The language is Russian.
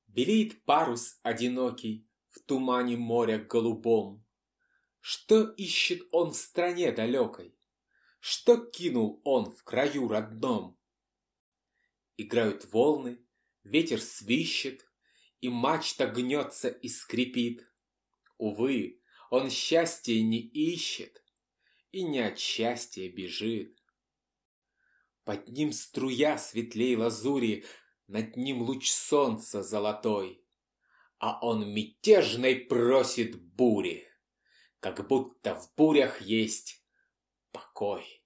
Белеет парус одинокий в тумане моря голубом. Что ищет он в стране далекой? Что кинул он в краю родном? Играют волны, ветер свищет, и мачта гнется и скрипит. Увы, он счастья не ищет и не от счастья бежит. Под ним струя светлей лазури, над ним луч солнца золотой, а он мятежной просит бури, как будто в бурях есть покой.